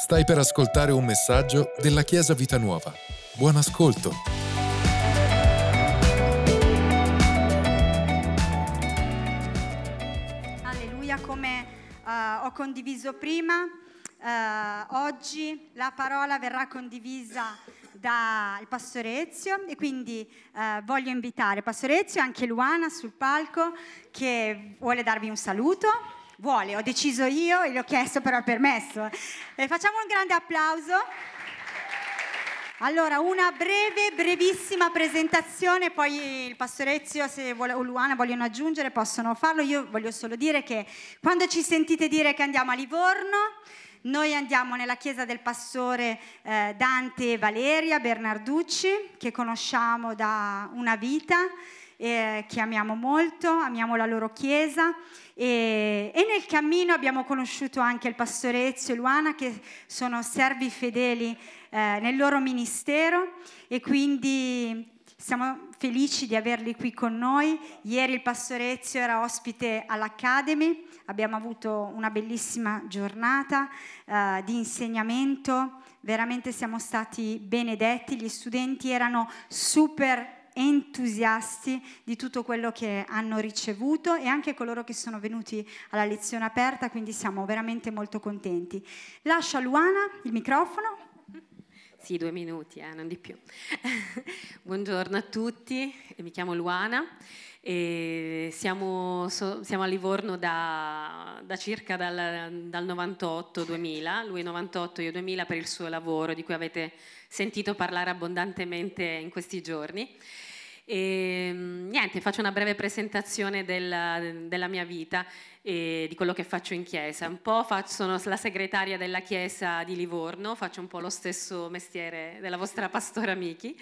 Stai per ascoltare un messaggio della Chiesa Vita Nuova. Buon ascolto. Alleluia, come ho condiviso prima, oggi la parola verrà condivisa dal Pastore Ezio e quindi voglio invitare Pastore Ezio e anche Luana sul palco che vuole darvi un saluto. Ho deciso io e gli ho chiesto però il permesso. Facciamo un grande applauso. Allora, una brevissima presentazione, poi il Pastore Ezio o Luana vogliono aggiungere, possono farlo. Io voglio solo dire che quando ci sentite dire che andiamo a Livorno, noi andiamo nella chiesa del pastore Dante e Valeria Bernarducci, che conosciamo da una vita, che amiamo molto, amiamo la loro chiesa. E nel cammino abbiamo conosciuto anche il Pastore Ezio e Luana, che sono servi fedeli nel loro ministero, e quindi siamo felici di averli qui con noi. Ieri il Pastore Ezio era ospite all'Academy, abbiamo avuto una bellissima giornata di insegnamento, veramente siamo stati benedetti, gli studenti erano super entusiasti di tutto quello che hanno ricevuto e anche coloro che sono venuti alla lezione aperta, quindi siamo veramente molto contenti. Lascio a Luana il microfono. Sì, 2 minuti, non di più. Buongiorno a tutti, mi chiamo Luana e siamo a Livorno da circa dal 98-2000, lui 98, io 2000 per il suo lavoro di cui avete sentito parlare abbondantemente in questi giorni. E niente, faccio una breve presentazione della mia vita e di quello che faccio in chiesa. Un po' sono la segretaria della chiesa di Livorno, faccio un po' lo stesso mestiere della vostra pastora Miki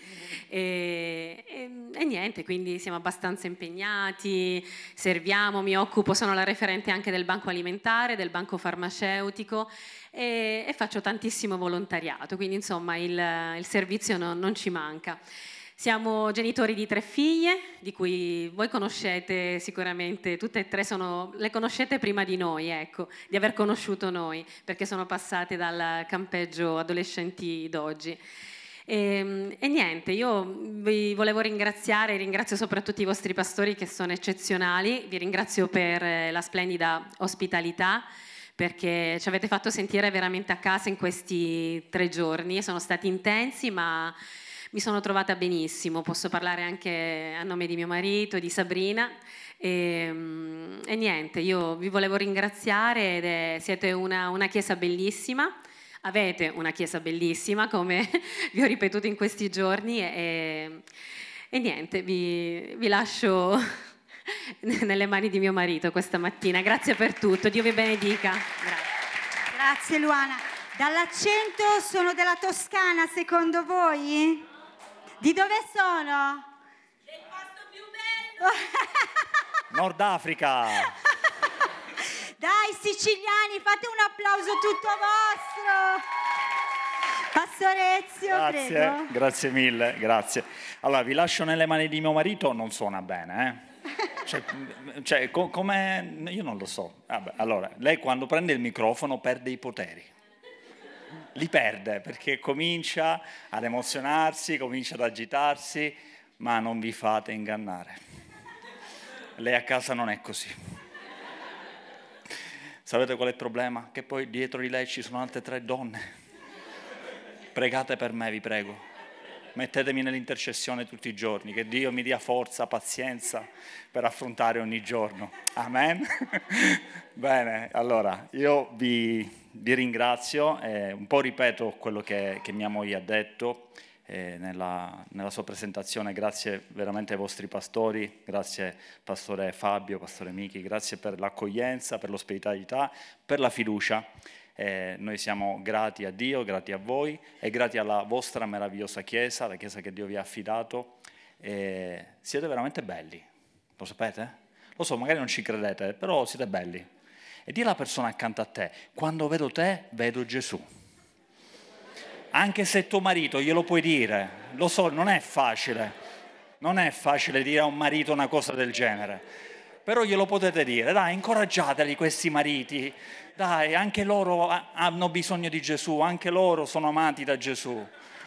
e niente, quindi siamo abbastanza impegnati, serviamo, mi occupo, sono la referente anche del banco alimentare, del banco farmaceutico e faccio tantissimo volontariato, quindi insomma il servizio non ci manca. Siamo genitori di 3 figlie, di cui voi conoscete sicuramente, tutte e 3 le conoscete prima di noi, ecco, di aver conosciuto noi, perché sono passate dal campeggio adolescenti d'oggi. E niente, io vi volevo ringrazio soprattutto i vostri pastori che sono eccezionali, vi ringrazio per la splendida ospitalità, perché ci avete fatto sentire veramente a casa in questi 3 giorni, sono stati intensi ma mi sono trovata benissimo, posso parlare anche a nome di mio marito e di Sabrina e niente, io vi volevo ringraziare siete una chiesa bellissima, avete una chiesa bellissima come vi ho ripetuto in questi giorni e niente, vi lascio nelle mani di mio marito questa mattina, grazie per tutto, Dio vi benedica. Grazie Luana. Dall'accento sono della Toscana secondo voi? Di dove sono? Del posto più bello! Nord Africa! Dai siciliani, fate un applauso tutto vostro! Pastore Ezio, grazie, prego. Grazie mille, grazie. Allora, vi lascio nelle mani di mio marito, non suona bene, Cioè come... Io non lo so. Vabbè, allora, lei quando prende il microfono perde i poteri. Li perde perché comincia ad emozionarsi, comincia ad agitarsi, ma non vi fate ingannare. Lei a casa non è così. Sapete qual è il problema? Che poi dietro di lei ci sono altre 3 donne. Pregate per me, vi prego. Mettetemi nell'intercessione tutti i giorni, che Dio mi dia forza, pazienza per affrontare ogni giorno. Amen? Bene, allora, io vi ringrazio, un po' ripeto quello che mia moglie ha detto nella sua presentazione. Grazie veramente ai vostri pastori, grazie pastore Fabio, pastore Miki, grazie per l'accoglienza, per l'ospitalità, per la fiducia. Noi siamo grati a Dio, grati a voi e grati alla vostra meravigliosa chiesa, la chiesa che Dio vi ha affidato. Siete veramente belli, lo sapete? Lo so, magari non ci credete, però siete belli. E di alla persona accanto a te: quando vedo te, vedo Gesù. Anche se tuo marito glielo puoi dire, lo so, non è facile dire a un marito una cosa del genere. Però glielo potete dire, dai, incoraggiateli questi mariti, dai, anche loro hanno bisogno di Gesù, anche loro sono amati da Gesù.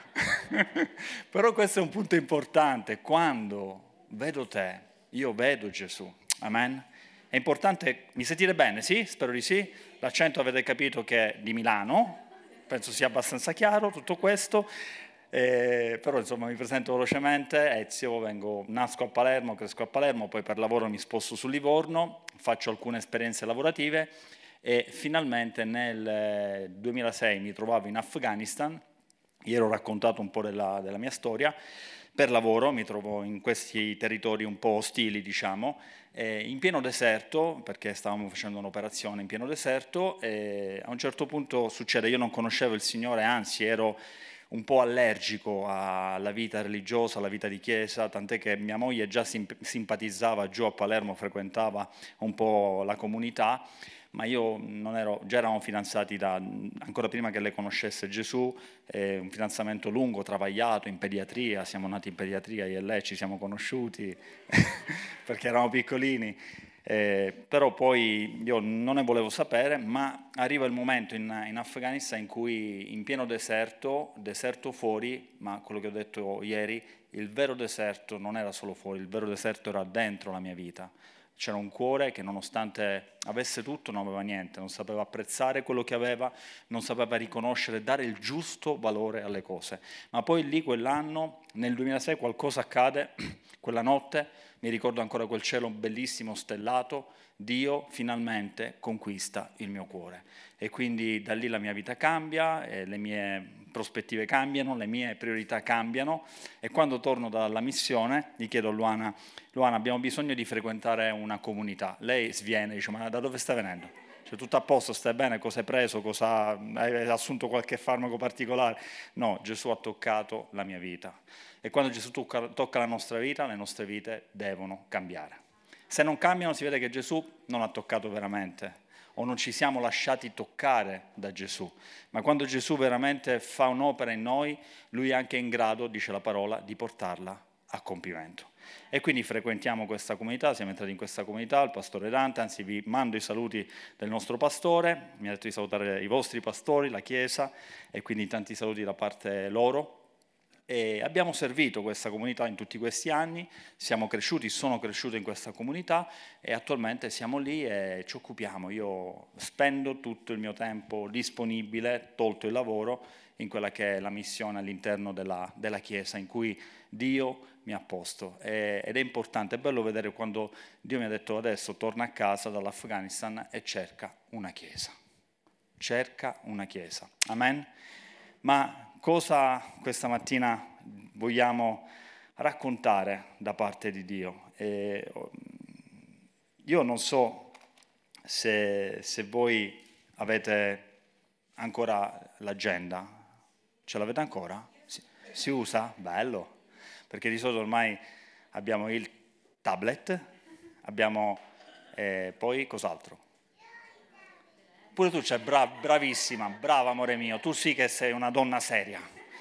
Però questo è un punto importante, quando vedo te, io vedo Gesù, amen? È importante, mi sentite bene, sì? Spero di sì. L'accento avete capito che è di Milano, penso sia abbastanza chiaro tutto questo. Però insomma mi presento velocemente, Ezio, nasco a Palermo, cresco a Palermo, poi per lavoro mi sposto su Livorno, faccio alcune esperienze lavorative e finalmente nel 2006 mi trovavo in Afghanistan. Ieri ho raccontato un po' della mia storia. Per lavoro mi trovo in questi territori un po' ostili, diciamo, in pieno deserto, perché stavamo facendo un'operazione in pieno deserto, e a un certo punto succede, io non conoscevo il Signore, anzi ero un po' allergico alla vita religiosa, alla vita di chiesa, tant'è che mia moglie già simpatizzava giù a Palermo, frequentava un po' la comunità, ma io non ero, già eravamo fidanzati ancora prima che lei conoscesse Gesù, un fidanzamento lungo, travagliato, in pediatria, siamo nati in pediatria, io e lei ci siamo conosciuti perché eravamo piccolini. Però poi io non ne volevo sapere, ma arriva il momento in Afghanistan in cui in pieno deserto fuori, ma quello che ho detto ieri, il vero deserto non era solo fuori, il vero deserto era dentro la mia vita. C'era un cuore che nonostante avesse tutto non aveva niente, non sapeva apprezzare quello che aveva, non sapeva riconoscere, dare il giusto valore alle cose. Ma poi lì quell'anno, nel 2006, qualcosa accade, quella notte, mi ricordo ancora quel cielo bellissimo, stellato, Dio finalmente conquista il mio cuore. E quindi da lì la mia vita cambia, le mie prospettive cambiano, le mie priorità cambiano e quando torno dalla missione gli chiedo a Luana, abbiamo bisogno di frequentare una comunità. Lei sviene e dice, ma da dove stai venendo? Cioè, tutto a posto, stai bene? Cosa hai preso? Hai assunto qualche farmaco particolare? No, Gesù ha toccato la mia vita. E quando Gesù tocca la nostra vita, le nostre vite devono cambiare. Se non cambiano si vede che Gesù non ha toccato veramente o non ci siamo lasciati toccare da Gesù. Ma quando Gesù veramente fa un'opera in noi, Lui è anche in grado, dice la parola, di portarla a compimento. E quindi frequentiamo questa comunità, siamo entrati in questa comunità, il pastore Dante, anzi vi mando i saluti del nostro pastore, mi ha detto di salutare i vostri pastori, la Chiesa, e quindi tanti saluti da parte loro. E abbiamo servito questa comunità in tutti questi anni, sono cresciuto in questa comunità e attualmente siamo lì e ci occupiamo. Io spendo tutto il mio tempo disponibile, tolto il lavoro, in quella che è la missione all'interno della Chiesa, in cui Dio mi ha posto. Ed è importante, è bello vedere quando Dio mi ha detto adesso torna a casa dall'Afghanistan e cerca una Chiesa. Cerca una Chiesa. Amen? Ma cosa questa mattina vogliamo raccontare da parte di Dio? Io non so se voi avete ancora l'agenda. Ce l'avete ancora? Si usa? Bello. Perché di solito ormai abbiamo il tablet, abbiamo poi cos'altro? Pure tu sei bravissima, brava amore mio, tu sì che sei una donna seria.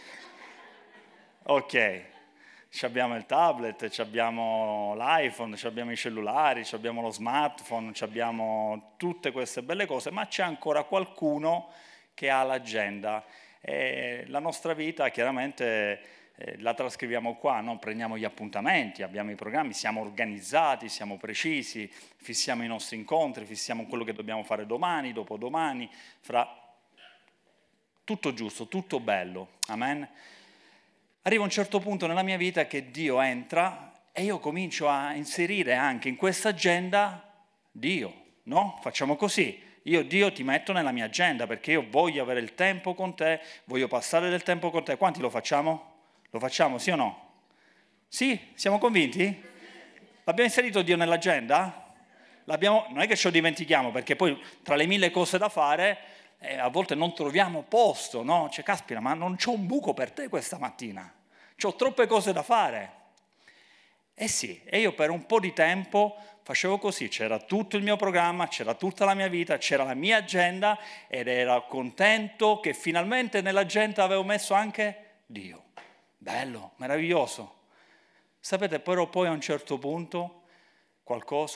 Ok, abbiamo il tablet, abbiamo l'iPhone, abbiamo i cellulari, abbiamo lo smartphone, abbiamo tutte queste belle cose, ma c'è ancora qualcuno che ha l'agenda. La nostra vita chiaramente la trascriviamo qua, no? Prendiamo gli appuntamenti, abbiamo i programmi, siamo organizzati, siamo precisi, fissiamo i nostri incontri, fissiamo quello che dobbiamo fare domani, dopodomani, tutto giusto, tutto bello, amen? Arriva un certo punto nella mia vita che Dio entra e io comincio a inserire anche in questa agenda Dio, no? Facciamo così. Dio ti metto nella mia agenda perché io voglio avere il tempo con te, voglio passare del tempo con te. Quanti lo facciamo? Lo facciamo, sì o no? Sì? Siamo convinti? L'abbiamo inserito Dio nell'agenda? Non è che ce lo dimentichiamo, perché poi tra le 1000 cose da fare a volte non troviamo posto, no? Cioè, caspita, ma non c'ho un buco per te questa mattina. C'ho troppe cose da fare. Sì, e io per un po' di tempo facevo così, c'era tutto il mio programma, c'era tutta la mia vita, c'era la mia agenda ed ero contento che finalmente nell'agenda avevo messo anche Dio. Bello, meraviglioso. Sapete, però poi a un certo punto qualcosa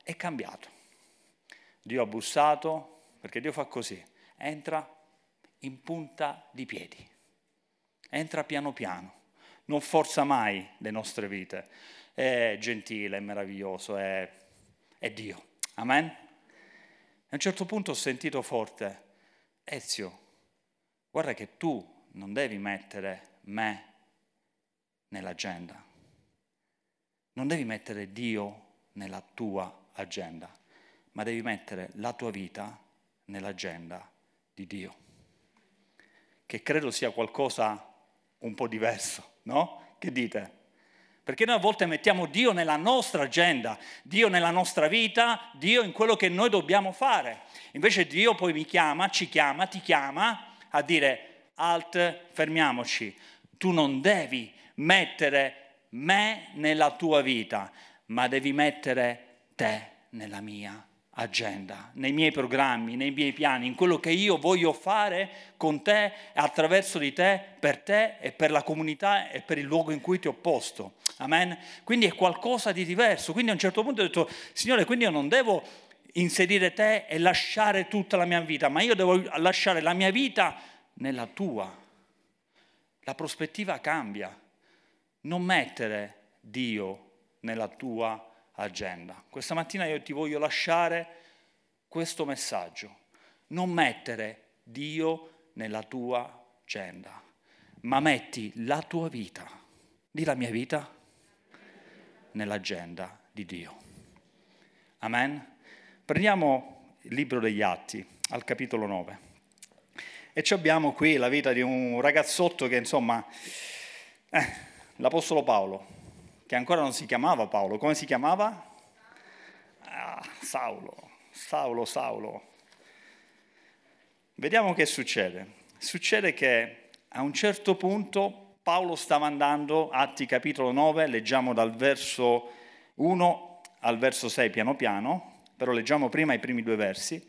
è cambiato. Dio ha bussato, perché Dio fa così, entra in punta di piedi, entra piano piano, non forza mai le nostre vite, è gentile, è meraviglioso, è Dio. Amen? A un certo punto ho sentito forte, Ezio, guarda che tu non devi mettere me nell'agenda, non devi mettere Dio nella tua agenda, ma devi mettere la tua vita nell'agenda di Dio, che credo sia qualcosa un po' diverso, no? Che dite? Perché noi a volte mettiamo Dio nella nostra agenda, Dio nella nostra vita, Dio in quello che noi dobbiamo fare. Invece Dio poi mi chiama, ci chiama, ti chiama a dire, alt, fermiamoci, tu non devi mettere me nella tua vita, ma devi mettere te nella mia agenda, nei miei programmi, nei miei piani, in quello che io voglio fare con te, attraverso di te, e per la comunità e per il luogo in cui ti ho posto. Amen? Quindi è qualcosa di diverso. Quindi a un certo punto ho detto, Signore, quindi io non devo inserire te e lasciare tutta la mia vita, ma io devo lasciare la mia vita nella tua. La prospettiva cambia. Non mettere Dio nella tua agenda. Questa mattina io ti voglio lasciare questo messaggio. Non mettere Dio nella tua agenda, ma metti la tua vita, di la mia vita, nell'agenda di Dio. Amen? Prendiamo il libro degli Atti, al capitolo 9. E ci abbiamo qui la vita di un ragazzotto che, insomma, l'Apostolo Paolo, che ancora non si chiamava Paolo. Come si chiamava? Saulo. Vediamo che succede. Succede che a un certo punto Paolo stava andando, Atti capitolo 9, leggiamo dal verso 1 al verso 6 piano piano, però leggiamo prima i primi 2 versi.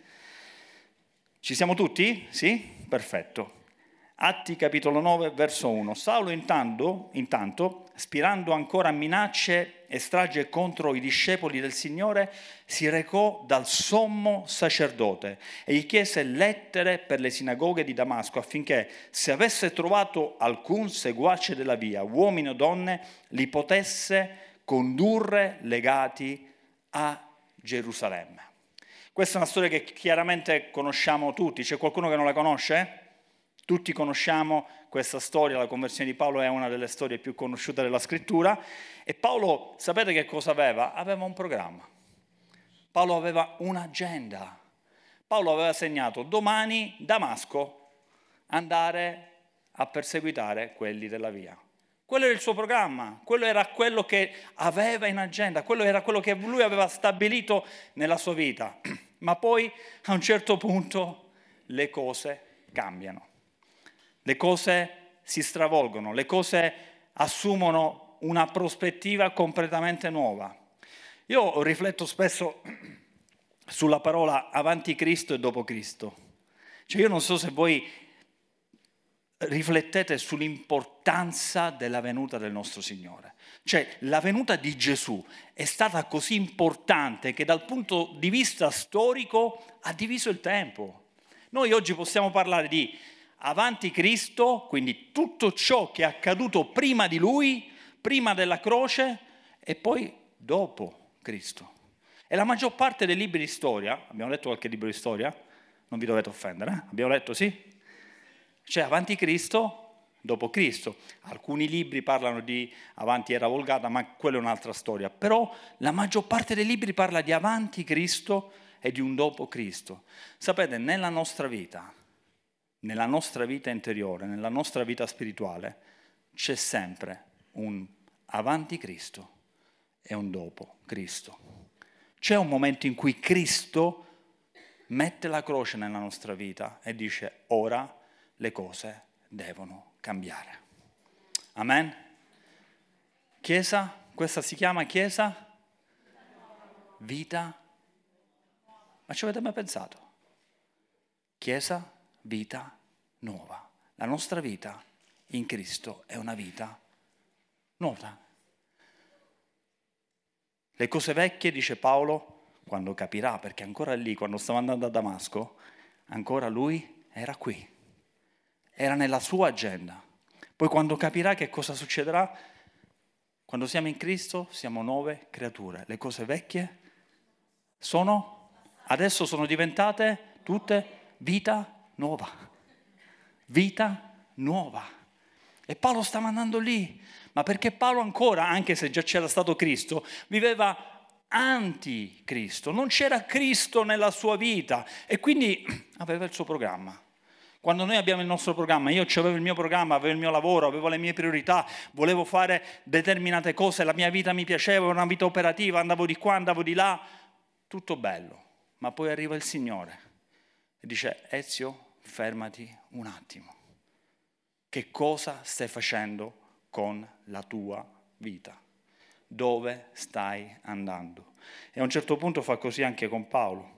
Ci siamo tutti? Sì? Perfetto. Atti capitolo 9, verso 1. Saulo intanto, spirando ancora minacce e strage contro i discepoli del Signore, si recò dal sommo sacerdote e gli chiese lettere per le sinagoghe di Damasco affinché, se avesse trovato alcun seguace della via, uomini o donne, li potesse condurre legati a Gerusalemme. Questa è una storia che chiaramente conosciamo tutti. C'è qualcuno che non la conosce? Tutti conosciamo questa storia, la conversione di Paolo è una delle storie più conosciute della scrittura e Paolo, sapete che cosa aveva? Aveva un programma. Paolo aveva un'agenda. Paolo aveva segnato domani Damasco andare a perseguitare quelli della via. Quello era il suo programma, quello era quello che aveva in agenda, quello era quello che lui aveva stabilito nella sua vita. Ma poi a un certo punto le cose cambiano. Le cose si stravolgono, le cose assumono una prospettiva completamente nuova. Io rifletto spesso sulla parola avanti Cristo e dopo Cristo. Cioè io non so se voi riflettete sull'importanza della venuta del nostro Signore. Cioè la venuta di Gesù è stata così importante che dal punto di vista storico ha diviso il tempo. Noi oggi possiamo parlare di avanti Cristo, quindi tutto ciò che è accaduto prima di Lui, prima della croce e poi dopo Cristo. E la maggior parte dei libri di storia, abbiamo letto qualche libro di storia? Non vi dovete offendere, eh? Abbiamo letto, sì? Cioè avanti Cristo, dopo Cristo. Alcuni libri parlano di avanti era Vulgata, ma quella è un'altra storia. Però la maggior parte dei libri parla di avanti Cristo e di un dopo Cristo. Sapete, nella nostra vita interiore, nella nostra vita spirituale, c'è sempre un avanti Cristo e un dopo Cristo. C'è un momento in cui Cristo mette la croce nella nostra vita e dice ora le cose devono cambiare. Amen? Chiesa, questa si chiama Chiesa? Vita? Ma ci avete mai pensato? Chiesa, vita nuova. La nostra vita in Cristo è una vita nuova. Le cose vecchie, dice Paolo, quando capirà, perché ancora lì, quando stava andando a Damasco, ancora lui era qui, era nella sua agenda. Poi quando capirà che cosa succederà, quando siamo in Cristo siamo nuove creature, le cose vecchie adesso sono diventate tutte vita nuova, vita nuova. E Paolo stava andando lì, ma perché Paolo ancora, anche se già c'era stato Cristo, viveva anti-Cristo, non c'era Cristo nella sua vita e quindi aveva il suo programma. Quando noi abbiamo il nostro programma, io avevo il mio programma, avevo il mio lavoro, avevo le mie priorità, volevo fare determinate cose, la mia vita mi piaceva, una vita operativa, andavo di qua, andavo di là, tutto bello. Ma poi arriva il Signore e dice: Ezio, fermati un attimo. Che cosa stai facendo con la tua vita? Dove stai andando? E a un certo punto fa così anche con Paolo.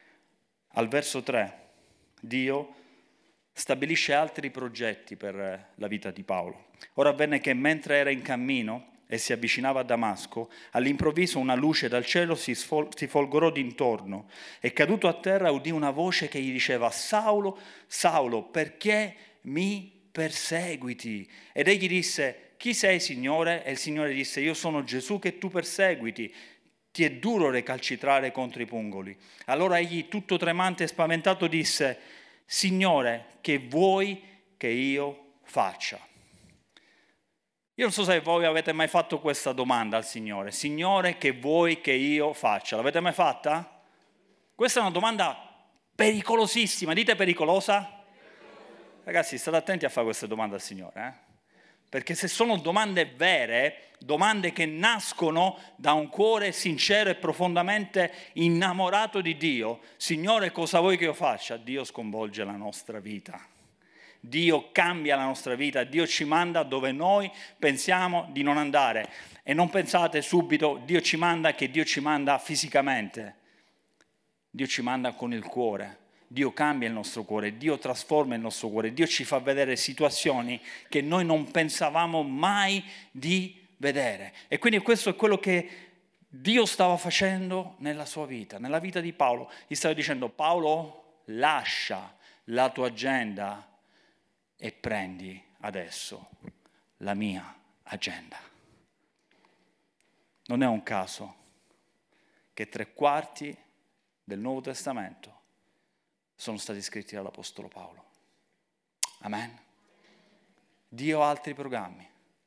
Al verso 3, Dio stabilisce altri progetti per la vita di Paolo. Ora avvenne che mentre era in cammino e si avvicinava a Damasco, all'improvviso una luce dal cielo si folgorò d'intorno e caduto a terra udì una voce che gli diceva: Saulo, Saulo, perché mi perseguiti? Ed egli disse: chi sei, Signore? E il Signore disse: io sono Gesù che tu perseguiti. Ti è duro recalcitrare contro i pungoli. Allora egli, tutto tremante e spaventato, disse: Signore, che vuoi che io faccia? Io non so se voi avete mai fatto questa domanda al Signore. Signore, che vuoi che io faccia? L'avete mai fatta? Questa è una domanda pericolosissima. Dite pericolosa? Ragazzi, state attenti a fare queste domande al Signore, Perché se sono domande vere, domande che nascono da un cuore sincero e profondamente innamorato di Dio, Signore, cosa vuoi che io faccia? Dio sconvolge la nostra vita. Dio cambia la nostra vita, Dio ci manda dove noi pensiamo di non andare. E non pensate subito, Dio ci manda fisicamente. Dio ci manda con il cuore. Dio cambia il nostro cuore, Dio trasforma il nostro cuore, Dio ci fa vedere situazioni che noi non pensavamo mai di vedere. E quindi questo è quello che Dio stava facendo nella sua vita, nella vita di Paolo. Gli stava dicendo: Paolo, lascia la tua agenda e prendi adesso la mia agenda. Non è un caso che 3/4 del Nuovo Testamento sono stati scritti dall'Apostolo Paolo. Amen. Dio ha altri programmi.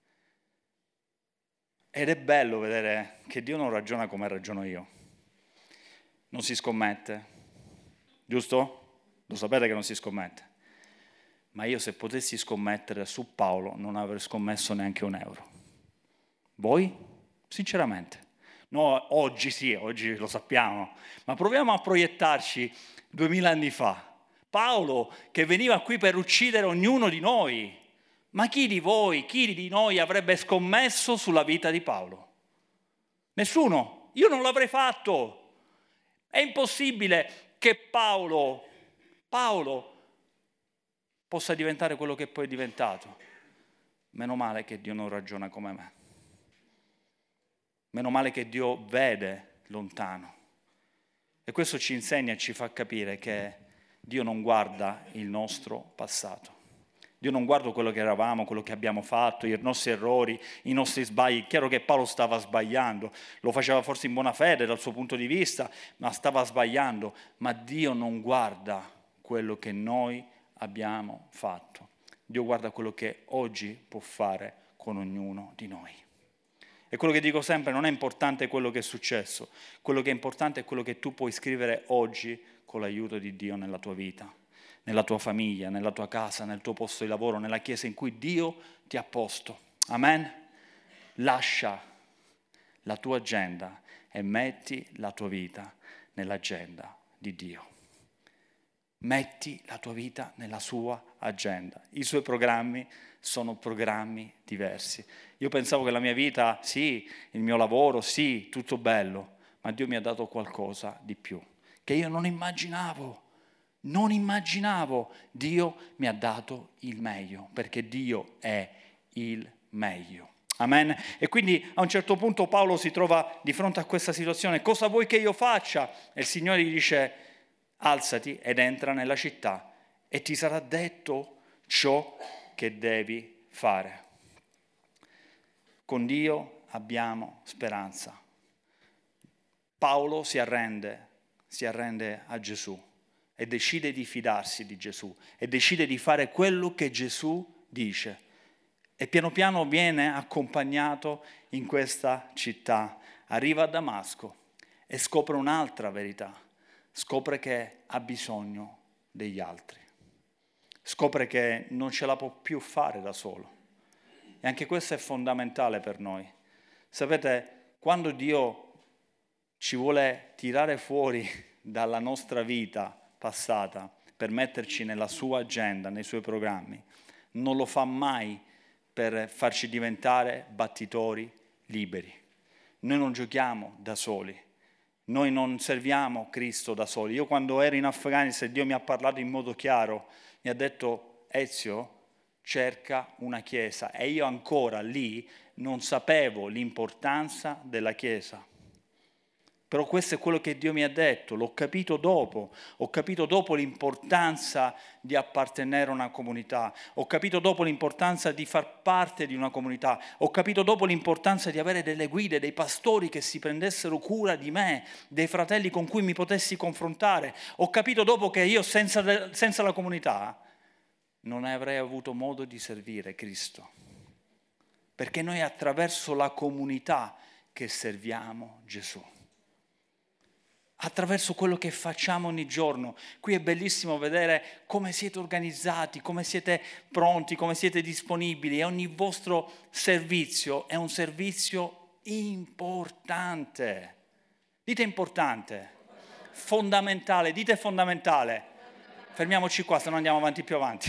Ed è bello vedere che Dio non ragiona come ragiono io. Non si scommette, giusto? Lo sapete che non si scommette. Ma io, se potessi scommettere su Paolo, non avrei scommesso neanche €1. Voi? Sinceramente. No, oggi sì, oggi lo sappiamo. Ma proviamo a proiettarci 2000 anni fa. Paolo che veniva qui per uccidere ognuno di noi. Ma chi di voi, chi di noi avrebbe scommesso sulla vita di Paolo? Nessuno. Io non l'avrei fatto. È impossibile che Paolo possa diventare quello che poi è diventato. Meno male che Dio non ragiona come me. Meno male che Dio vede lontano. E questo ci insegna e ci fa capire che Dio non guarda il nostro passato. Dio non guarda quello che eravamo, quello che abbiamo fatto, i nostri errori, i nostri sbagli. È chiaro che Paolo stava sbagliando, lo faceva forse in buona fede dal suo punto di vista, ma stava sbagliando. Ma Dio non guarda quello che noi abbiamo fatto. Dio guarda quello che oggi può fare con ognuno di noi. E quello che dico sempre, non è importante quello che è successo, quello che è importante è quello che tu puoi scrivere oggi con l'aiuto di Dio nella tua vita, nella tua famiglia, nella tua casa, nel tuo posto di lavoro, nella chiesa in cui Dio ti ha posto. Amen? Lascia la tua agenda e metti la tua vita nell'agenda di Dio. Metti la tua vita nella sua agenda. I suoi programmi sono programmi diversi. Io pensavo che la mia vita, sì, il mio lavoro, sì, tutto bello, ma Dio mi ha dato qualcosa di più, che io non immaginavo. Dio mi ha dato il meglio, perché Dio è il meglio. Amen. E quindi a un certo punto Paolo si trova di fronte a questa situazione. Cosa vuoi che io faccia? E il Signore gli dice: alzati ed entra nella città e ti sarà detto ciò che devi fare. Con Dio abbiamo speranza. Paolo si arrende a Gesù e decide di fidarsi di Gesù e decide di fare quello che Gesù dice. E piano piano viene accompagnato in questa città, arriva a Damasco e scopre un'altra verità, scopre che ha bisogno degli altri, scopre che non ce la può più fare da solo. E anche questo è fondamentale per noi. Sapete, quando Dio ci vuole tirare fuori dalla nostra vita passata per metterci nella sua agenda, nei suoi programmi, non lo fa mai per farci diventare battitori liberi. Noi non giochiamo da soli, noi non serviamo Cristo da soli. Io quando ero in Afghanistan, Dio mi ha parlato in modo chiaro, mi ha detto: Ezio, cerca una chiesa. E io ancora lì non sapevo l'importanza della chiesa. Però questo è quello che Dio mi ha detto, l'ho capito dopo. Ho capito dopo l'importanza di appartenere a una comunità, ho capito dopo l'importanza di far parte di una comunità, ho capito dopo l'importanza di avere delle guide, dei pastori che si prendessero cura di me, dei fratelli con cui mi potessi confrontare. Ho capito dopo che io senza la comunità non avrei avuto modo di servire Cristo. Perché noi è attraverso la comunità che serviamo Gesù. Attraverso quello che facciamo ogni giorno. Qui è bellissimo vedere come siete organizzati, come siete pronti, come siete disponibili, e ogni vostro servizio è un servizio importante. Dite importante, fondamentale, dite fondamentale. Fermiamoci qua, se no andiamo avanti più avanti.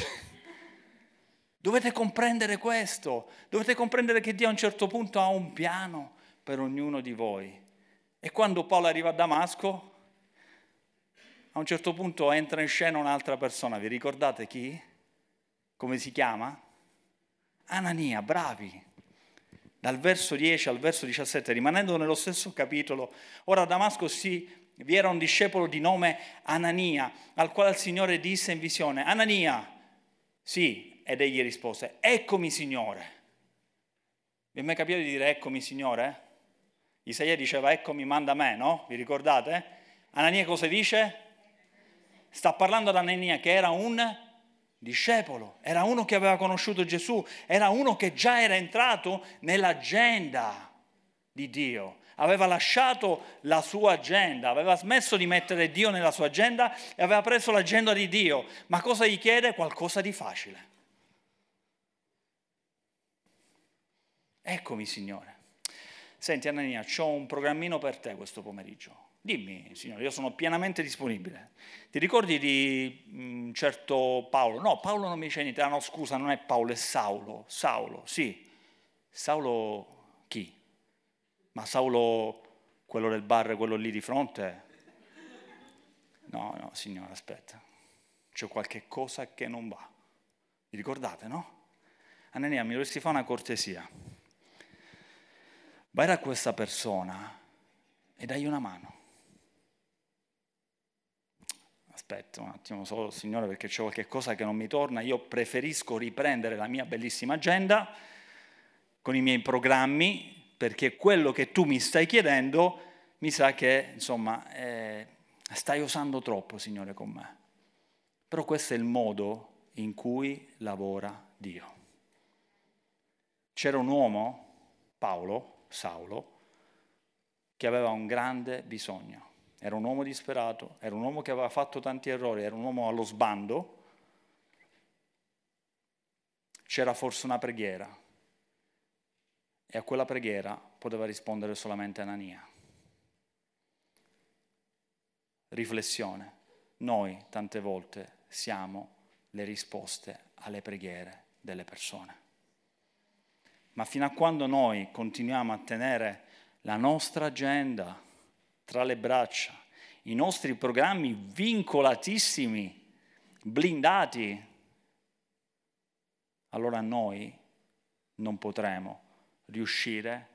Dovete comprendere questo, dovete comprendere che Dio a un certo punto ha un piano per ognuno di voi. E quando Paolo arriva a Damasco, a un certo punto entra in scena un'altra persona. Vi ricordate chi? Come si chiama? Anania, bravi. Dal verso 10 al verso 17, rimanendo nello stesso capitolo, ora a Damasco vi era un discepolo di nome Anania, al quale il Signore disse in visione: Anania, sì, ed egli rispose: eccomi Signore. Vi è mai capitato di dire eccomi Signore? Isaia diceva eccomi, manda me, no? Vi ricordate? Anania cosa dice? Sta parlando ad Anania che era un discepolo, era uno che aveva conosciuto Gesù, era uno che già era entrato nell'agenda di Dio, aveva lasciato la sua agenda, aveva smesso di mettere Dio nella sua agenda e aveva preso l'agenda di Dio. Ma cosa gli chiede? Qualcosa di facile. Eccomi Signore. Senti Anania, c'ho un programmino per te questo pomeriggio. Dimmi, Signore, io sono pienamente disponibile. Ti ricordi di un certo Paolo? No, Paolo non mi dice niente. Ah no, scusa, non è Paolo, è Saulo. Saulo, sì. Saulo chi? Ma Saulo, quello del bar, quello lì di fronte? No, Signore, aspetta. C'è qualche cosa che non va. Vi ricordate, no? Anania, mi dovresti fare una cortesia. Vai da questa persona e dagli una mano. Aspetta un attimo solo, Signore, perché c'è qualche cosa che non mi torna. Io preferisco riprendere la mia bellissima agenda con i miei programmi, perché quello che tu mi stai chiedendo mi sa che, insomma, stai osando troppo, Signore, con me. Però questo è il modo in cui lavora Dio. C'era un uomo, Saulo, che aveva un grande bisogno. Era un uomo disperato, era un uomo che aveva fatto tanti errori, era un uomo allo sbando. C'era forse una preghiera e a quella preghiera poteva rispondere solamente Anania. Riflessione. Noi tante volte siamo le risposte alle preghiere delle persone. Ma fino a quando noi continuiamo a tenere la nostra agenda tra le braccia, i nostri programmi vincolatissimi, blindati, allora noi non potremo riuscire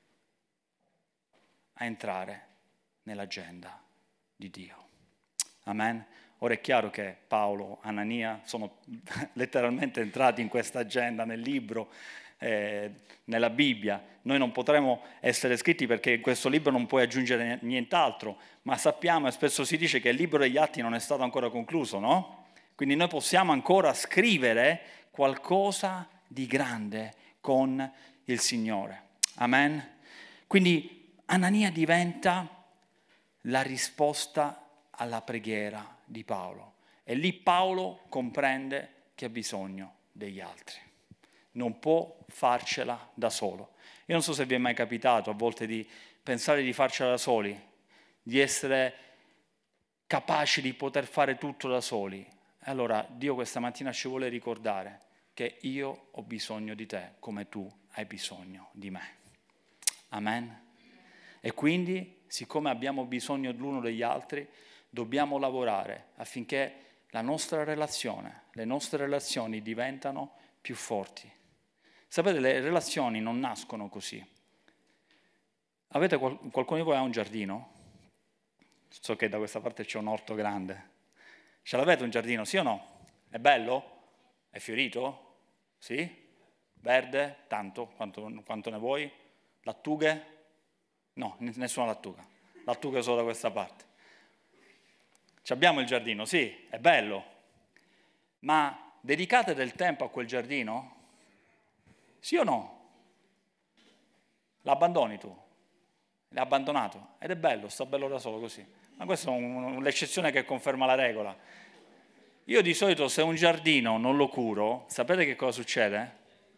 a entrare nell'agenda di Dio. Amen. Ora è chiaro che Paolo, Anania sono letteralmente entrati in questa agenda nel libro, nella Bibbia. Noi non potremo essere scritti perché in questo libro non puoi aggiungere nient'altro, ma sappiamo e spesso si dice che il libro degli Atti non è stato ancora concluso, no? Quindi noi possiamo ancora scrivere qualcosa di grande con il Signore. Amen. Quindi Anania diventa la risposta alla preghiera di Paolo. E lì Paolo comprende che ha bisogno degli altri. Non può farcela da solo. Io non so se vi è mai capitato a volte di pensare di farcela da soli, di essere capaci di poter fare tutto da soli. Allora Dio questa mattina ci vuole ricordare che io ho bisogno di te come tu hai bisogno di me. Amen. E quindi, siccome abbiamo bisogno l'uno degli altri, dobbiamo lavorare affinché la nostra relazione, le nostre relazioni diventano più forti. Sapete, le relazioni non nascono così. Avete qualcuno di voi ha un giardino? So che da questa parte c'è un orto grande. Ce l'avete un giardino, sì o no? È bello? È fiorito? Sì? Verde? Tanto? Quanto ne vuoi? Lattughe? No, nessuna lattuga. Lattughe solo da questa parte. Ci abbiamo il giardino, sì, è bello. Ma dedicate del tempo a quel giardino? Sì o no? L'abbandoni tu? L'hai abbandonato? Ed è bello, sta bello da solo così. Ma questa è l'eccezione che conferma la regola. Io di solito se un giardino non lo curo, sapete che cosa succede?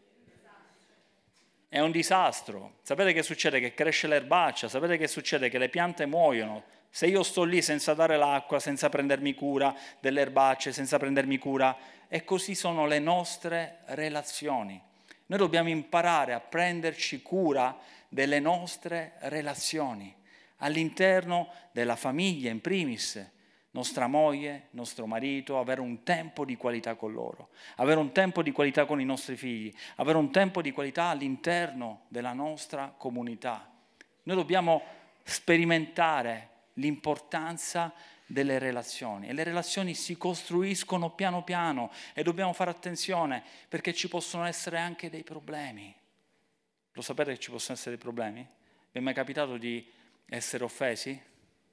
È un disastro. Sapete che succede? Che cresce l'erbaccia, sapete che succede? Che le piante muoiono. Se io sto lì senza dare l'acqua, senza prendermi cura delle erbacce, senza prendermi cura, e così sono le nostre relazioni. Noi dobbiamo imparare a prenderci cura delle nostre relazioni, all'interno della famiglia in primis, nostra moglie, nostro marito, avere un tempo di qualità con loro, avere un tempo di qualità con i nostri figli, avere un tempo di qualità all'interno della nostra comunità. Noi dobbiamo sperimentare l'importanza delle relazioni e le relazioni si costruiscono piano piano e dobbiamo fare attenzione perché ci possono essere anche dei problemi. Lo sapete che ci possono essere dei problemi? Vi è mai capitato di essere offesi?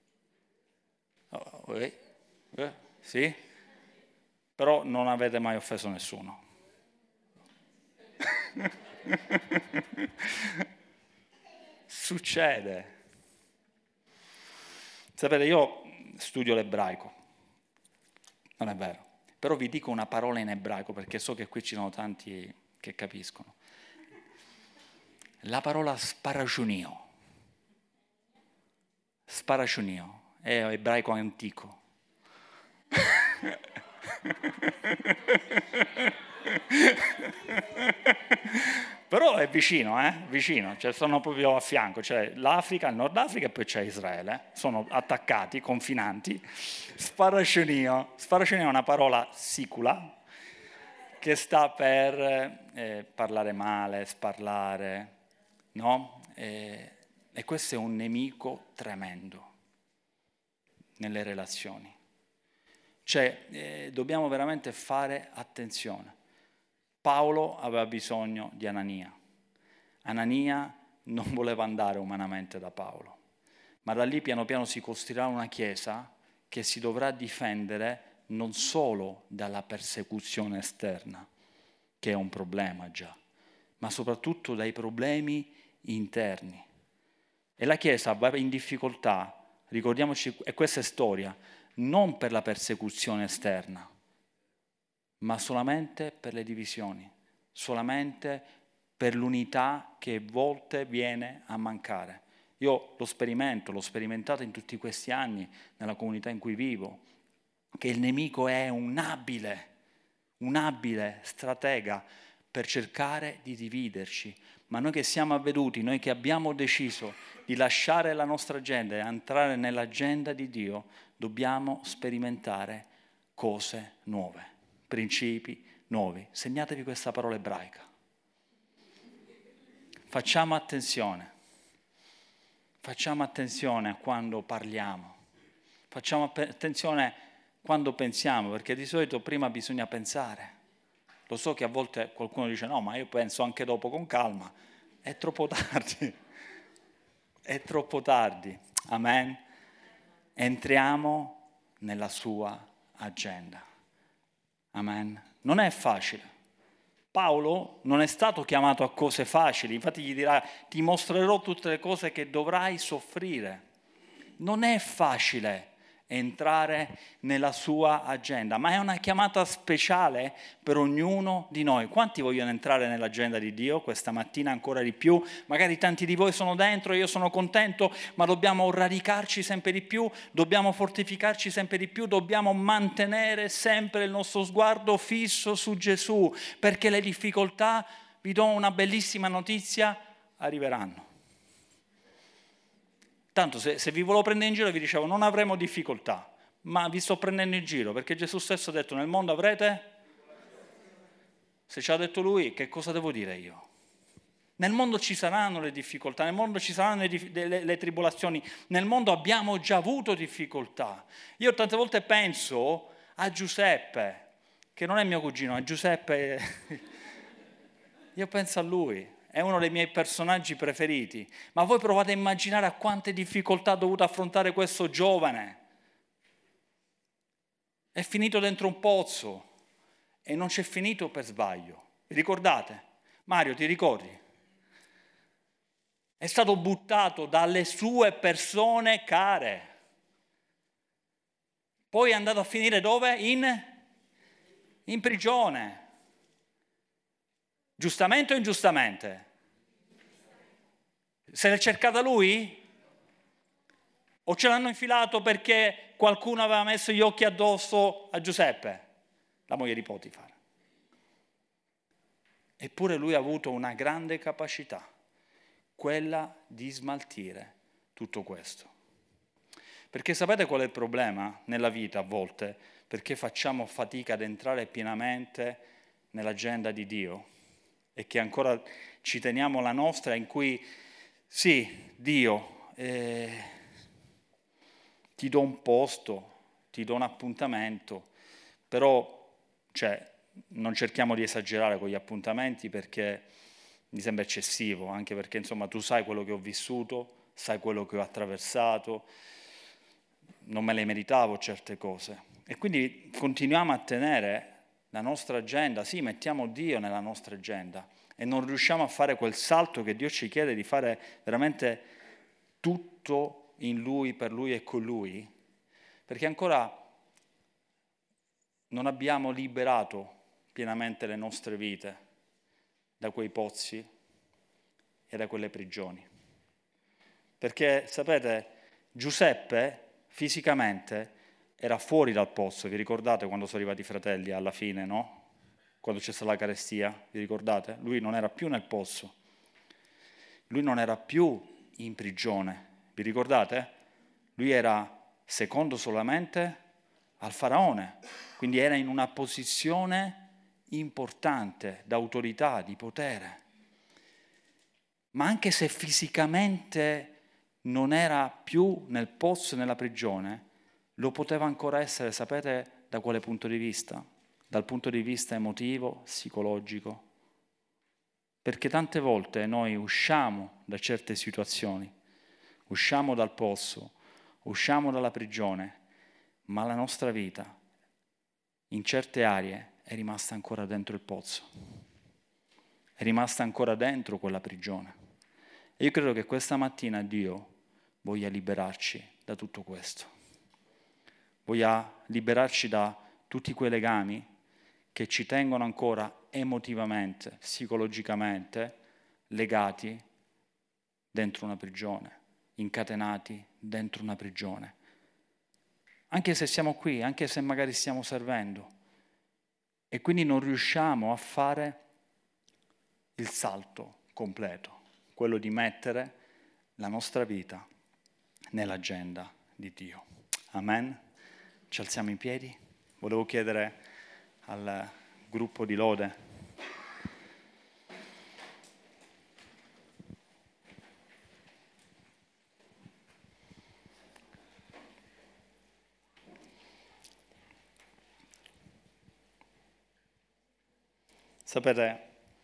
Sì? Però non avete mai offeso nessuno. Succede. Sapete, io studio l'ebraico, non è vero, però vi dico una parola in ebraico perché so che qui ci sono tanti che capiscono. La parola sparashunio. Sparashunio è ebraico antico. Però è vicino, vicino, cioè sono proprio a fianco, c'è l'Africa, il Nord Africa e poi c'è Israele, sono attaccati, confinanti. Sparashunio è una parola sicula che sta per parlare male, sparlare, no? E questo è un nemico tremendo nelle relazioni. Cioè, dobbiamo veramente fare attenzione. Paolo aveva bisogno di Anania. Anania non voleva andare umanamente da Paolo, ma da lì piano piano si costruirà una chiesa che si dovrà difendere non solo dalla persecuzione esterna, che è un problema già, ma soprattutto dai problemi interni. E la chiesa va in difficoltà, ricordiamoci, e questa è storia, non per la persecuzione esterna, ma solamente per le divisioni, solamente per l'unità che a volte viene a mancare. Io l'ho sperimentato in tutti questi anni nella comunità in cui vivo, che il nemico è un abile stratega per cercare di dividerci, ma noi che siamo avveduti, noi che abbiamo deciso di lasciare la nostra agenda e entrare nell'agenda di Dio, dobbiamo sperimentare cose nuove. Principi nuovi. Segnatevi questa parola ebraica. facciamo attenzione. Facciamo attenzione a quando parliamo. Facciamo attenzione quando pensiamo, perché di solito prima bisogna pensare. Lo so che a volte qualcuno dice no, ma io penso anche dopo con calma. È troppo tardi. È troppo tardi. Amen. Entriamo nella sua agenda. Amen. Non è facile. Paolo non è stato chiamato a cose facili, infatti gli dirà ti mostrerò tutte le cose che dovrai soffrire. Non è facile entrare nella sua agenda, ma è una chiamata speciale per ognuno di noi. Quanti vogliono entrare nell'agenda di Dio questa mattina ancora di più? Magari tanti di voi sono dentro, io sono contento, ma dobbiamo radicarci sempre di più, dobbiamo fortificarci sempre di più, dobbiamo mantenere sempre il nostro sguardo fisso su Gesù, perché le difficoltà, vi do una bellissima notizia, arriveranno. Tanto se vi volevo prendere in giro vi dicevo non avremo difficoltà, ma vi sto prendendo in giro perché Gesù stesso ha detto nel mondo avrete, se ce l'ha detto Lui, che cosa devo dire io? Nel mondo ci saranno le difficoltà, nel mondo ci saranno le tribolazioni, nel mondo abbiamo già avuto difficoltà. Io tante volte penso a Giuseppe, che non è mio cugino, a Giuseppe, io penso a lui. È uno dei miei personaggi preferiti, ma voi provate a immaginare a quante difficoltà ha dovuto affrontare questo giovane. È finito dentro un pozzo e non c'è finito per sbaglio. Vi ricordate? Mario, ti ricordi? È stato buttato dalle sue persone care. Poi è andato a finire dove? In prigione. Giustamente o ingiustamente? Se l'è cercata lui? O ce l'hanno infilato perché qualcuno aveva messo gli occhi addosso a Giuseppe, la moglie di Potifar? Eppure lui ha avuto una grande capacità, quella di smaltire tutto questo. Perché sapete qual è il problema nella vita a volte? Perché facciamo fatica ad entrare pienamente nell'agenda di Dio? E che ancora ci teniamo la nostra in cui, sì, Dio, ti do un posto, ti do un appuntamento, però non cerchiamo di esagerare con gli appuntamenti perché mi sembra eccessivo, anche perché insomma tu sai quello che ho vissuto, sai quello che ho attraversato, non me le meritavo certe cose. E quindi continuiamo a tenere la nostra agenda, sì, mettiamo Dio nella nostra agenda e non riusciamo a fare quel salto che Dio ci chiede di fare veramente tutto in Lui, per Lui e con Lui, perché ancora non abbiamo liberato pienamente le nostre vite da quei pozzi e da quelle prigioni. Perché, sapete, Giuseppe fisicamente era fuori dal pozzo, vi ricordate quando sono arrivati i fratelli alla fine, no? Quando c'è stata la carestia, vi ricordate? Lui non era più nel pozzo, lui non era più in prigione, vi ricordate? Lui era secondo solamente al faraone, quindi era in una posizione importante, d'autorità, di potere. Ma anche se fisicamente non era più nel pozzo e nella prigione, lo poteva ancora essere, sapete da quale punto di vista? Dal punto di vista emotivo, psicologico. Perché tante volte noi usciamo da certe situazioni, usciamo dal pozzo, usciamo dalla prigione, ma la nostra vita in certe aree è rimasta ancora dentro il pozzo, è rimasta ancora dentro quella prigione. E io credo che questa mattina Dio voglia liberarci da tutto questo. Voglia liberarci da tutti quei legami che ci tengono ancora emotivamente, psicologicamente legati dentro una prigione, incatenati dentro una prigione. Anche se siamo qui, anche se magari stiamo servendo e quindi non riusciamo a fare il salto completo, quello di mettere la nostra vita nell'agenda di Dio. Amen. Ci alziamo in piedi. Volevo chiedere al gruppo di lode Sapete,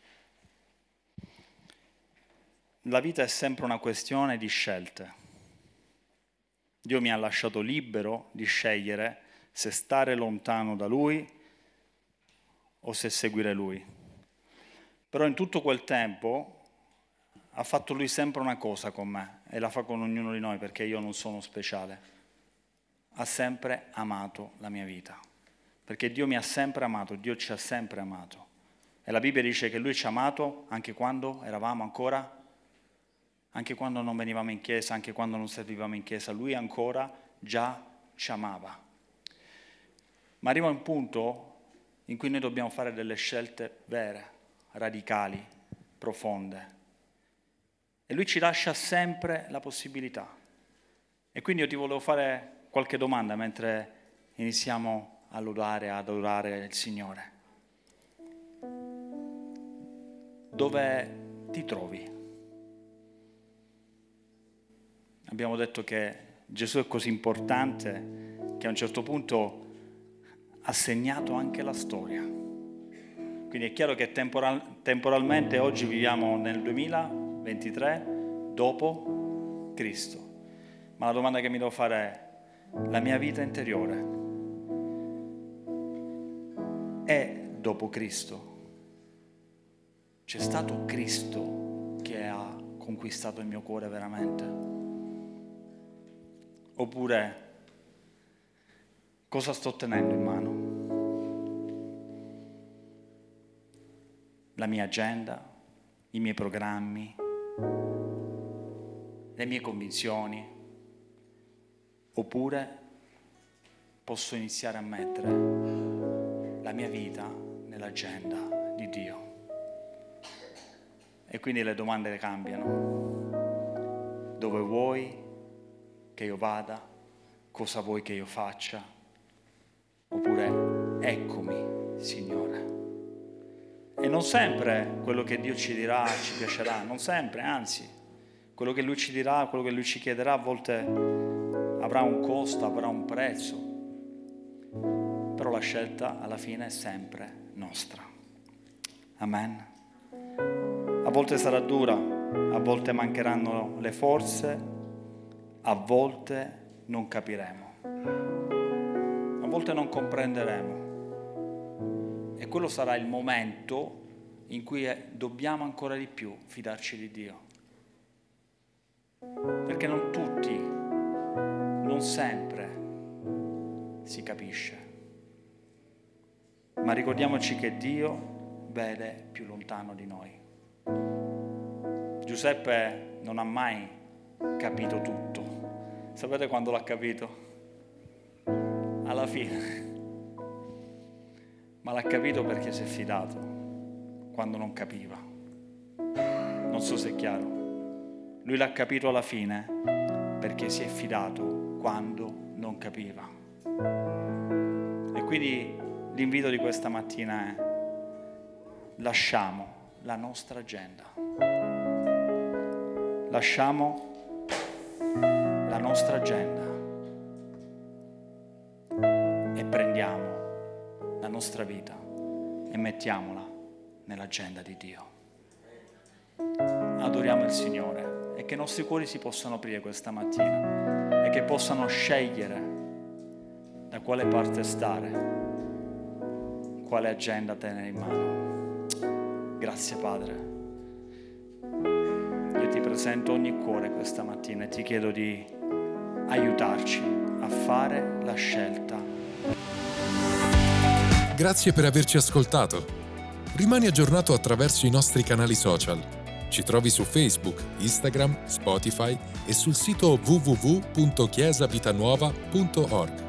la vita è sempre una questione di scelte. Dio mi ha lasciato libero di scegliere se stare lontano da Lui o se seguire Lui. Però in tutto quel tempo ha fatto Lui sempre una cosa con me e la fa con ognuno di noi perché io non sono speciale. Ha sempre amato la mia vita, perché Dio mi ha sempre amato, Dio ci ha sempre amato. E la Bibbia dice che Lui ci ha amato anche quando eravamo ancora, anche quando non venivamo in chiesa, anche quando non servivamo in chiesa, Lui ancora già ci amava. Ma arriva un punto in cui noi dobbiamo fare delle scelte vere, radicali, profonde. E Lui ci lascia sempre la possibilità. E quindi io ti volevo fare qualche domanda mentre iniziamo a lodare, ad adorare il Signore. Dove ti trovi? Abbiamo detto che Gesù è così importante che a un certo punto ha segnato anche la storia. Quindi è chiaro che temporalmente oggi viviamo nel 2023 dopo Cristo. Ma la domanda che mi devo fare è: la mia vita interiore è dopo Cristo? C'è stato Cristo che ha conquistato il mio cuore veramente? Oppure cosa sto tenendo in mano? La mia agenda, i miei programmi, le mie convinzioni? Oppure posso iniziare a mettere la mia vita nell'agenda di Dio? E quindi le domande cambiano. Dove vuoi che io vada? Cosa vuoi che io faccia? Oppure eccomi, Signore. E non sempre quello che Dio ci dirà ci piacerà, non sempre, anzi, quello che Lui ci dirà, quello che Lui ci chiederà a volte avrà un costo, avrà un prezzo, però la scelta alla fine è sempre nostra. Amen. A volte sarà dura, a volte mancheranno le forze, a volte non capiremo, a volte non comprenderemo. E quello sarà il momento in cui dobbiamo ancora di più fidarci di Dio. Perché non tutti, non sempre si capisce. Ma ricordiamoci che Dio vede più lontano di noi. Giuseppe non ha mai capito tutto. Sapete quando l'ha capito? Alla fine. Ma l'ha capito perché si è fidato quando non capiva. Non so se è chiaro. Lui l'ha capito alla fine perché si è fidato quando non capiva. E quindi l'invito di questa mattina è: lasciamo la nostra agenda. Lasciamo la nostra agenda e prendiamo la nostra vita e mettiamola nell'agenda di Dio. Adoriamo il Signore e che i nostri cuori si possano aprire questa mattina e che possano scegliere da quale parte stare, quale agenda tenere in mano. Grazie Padre. Io ti presento ogni cuore questa mattina e ti chiedo di aiutarci a fare la scelta. Grazie per averci ascoltato. Rimani aggiornato attraverso i nostri canali social. Ci trovi su Facebook, Instagram, Spotify e sul sito www.chiesavitanuova.org.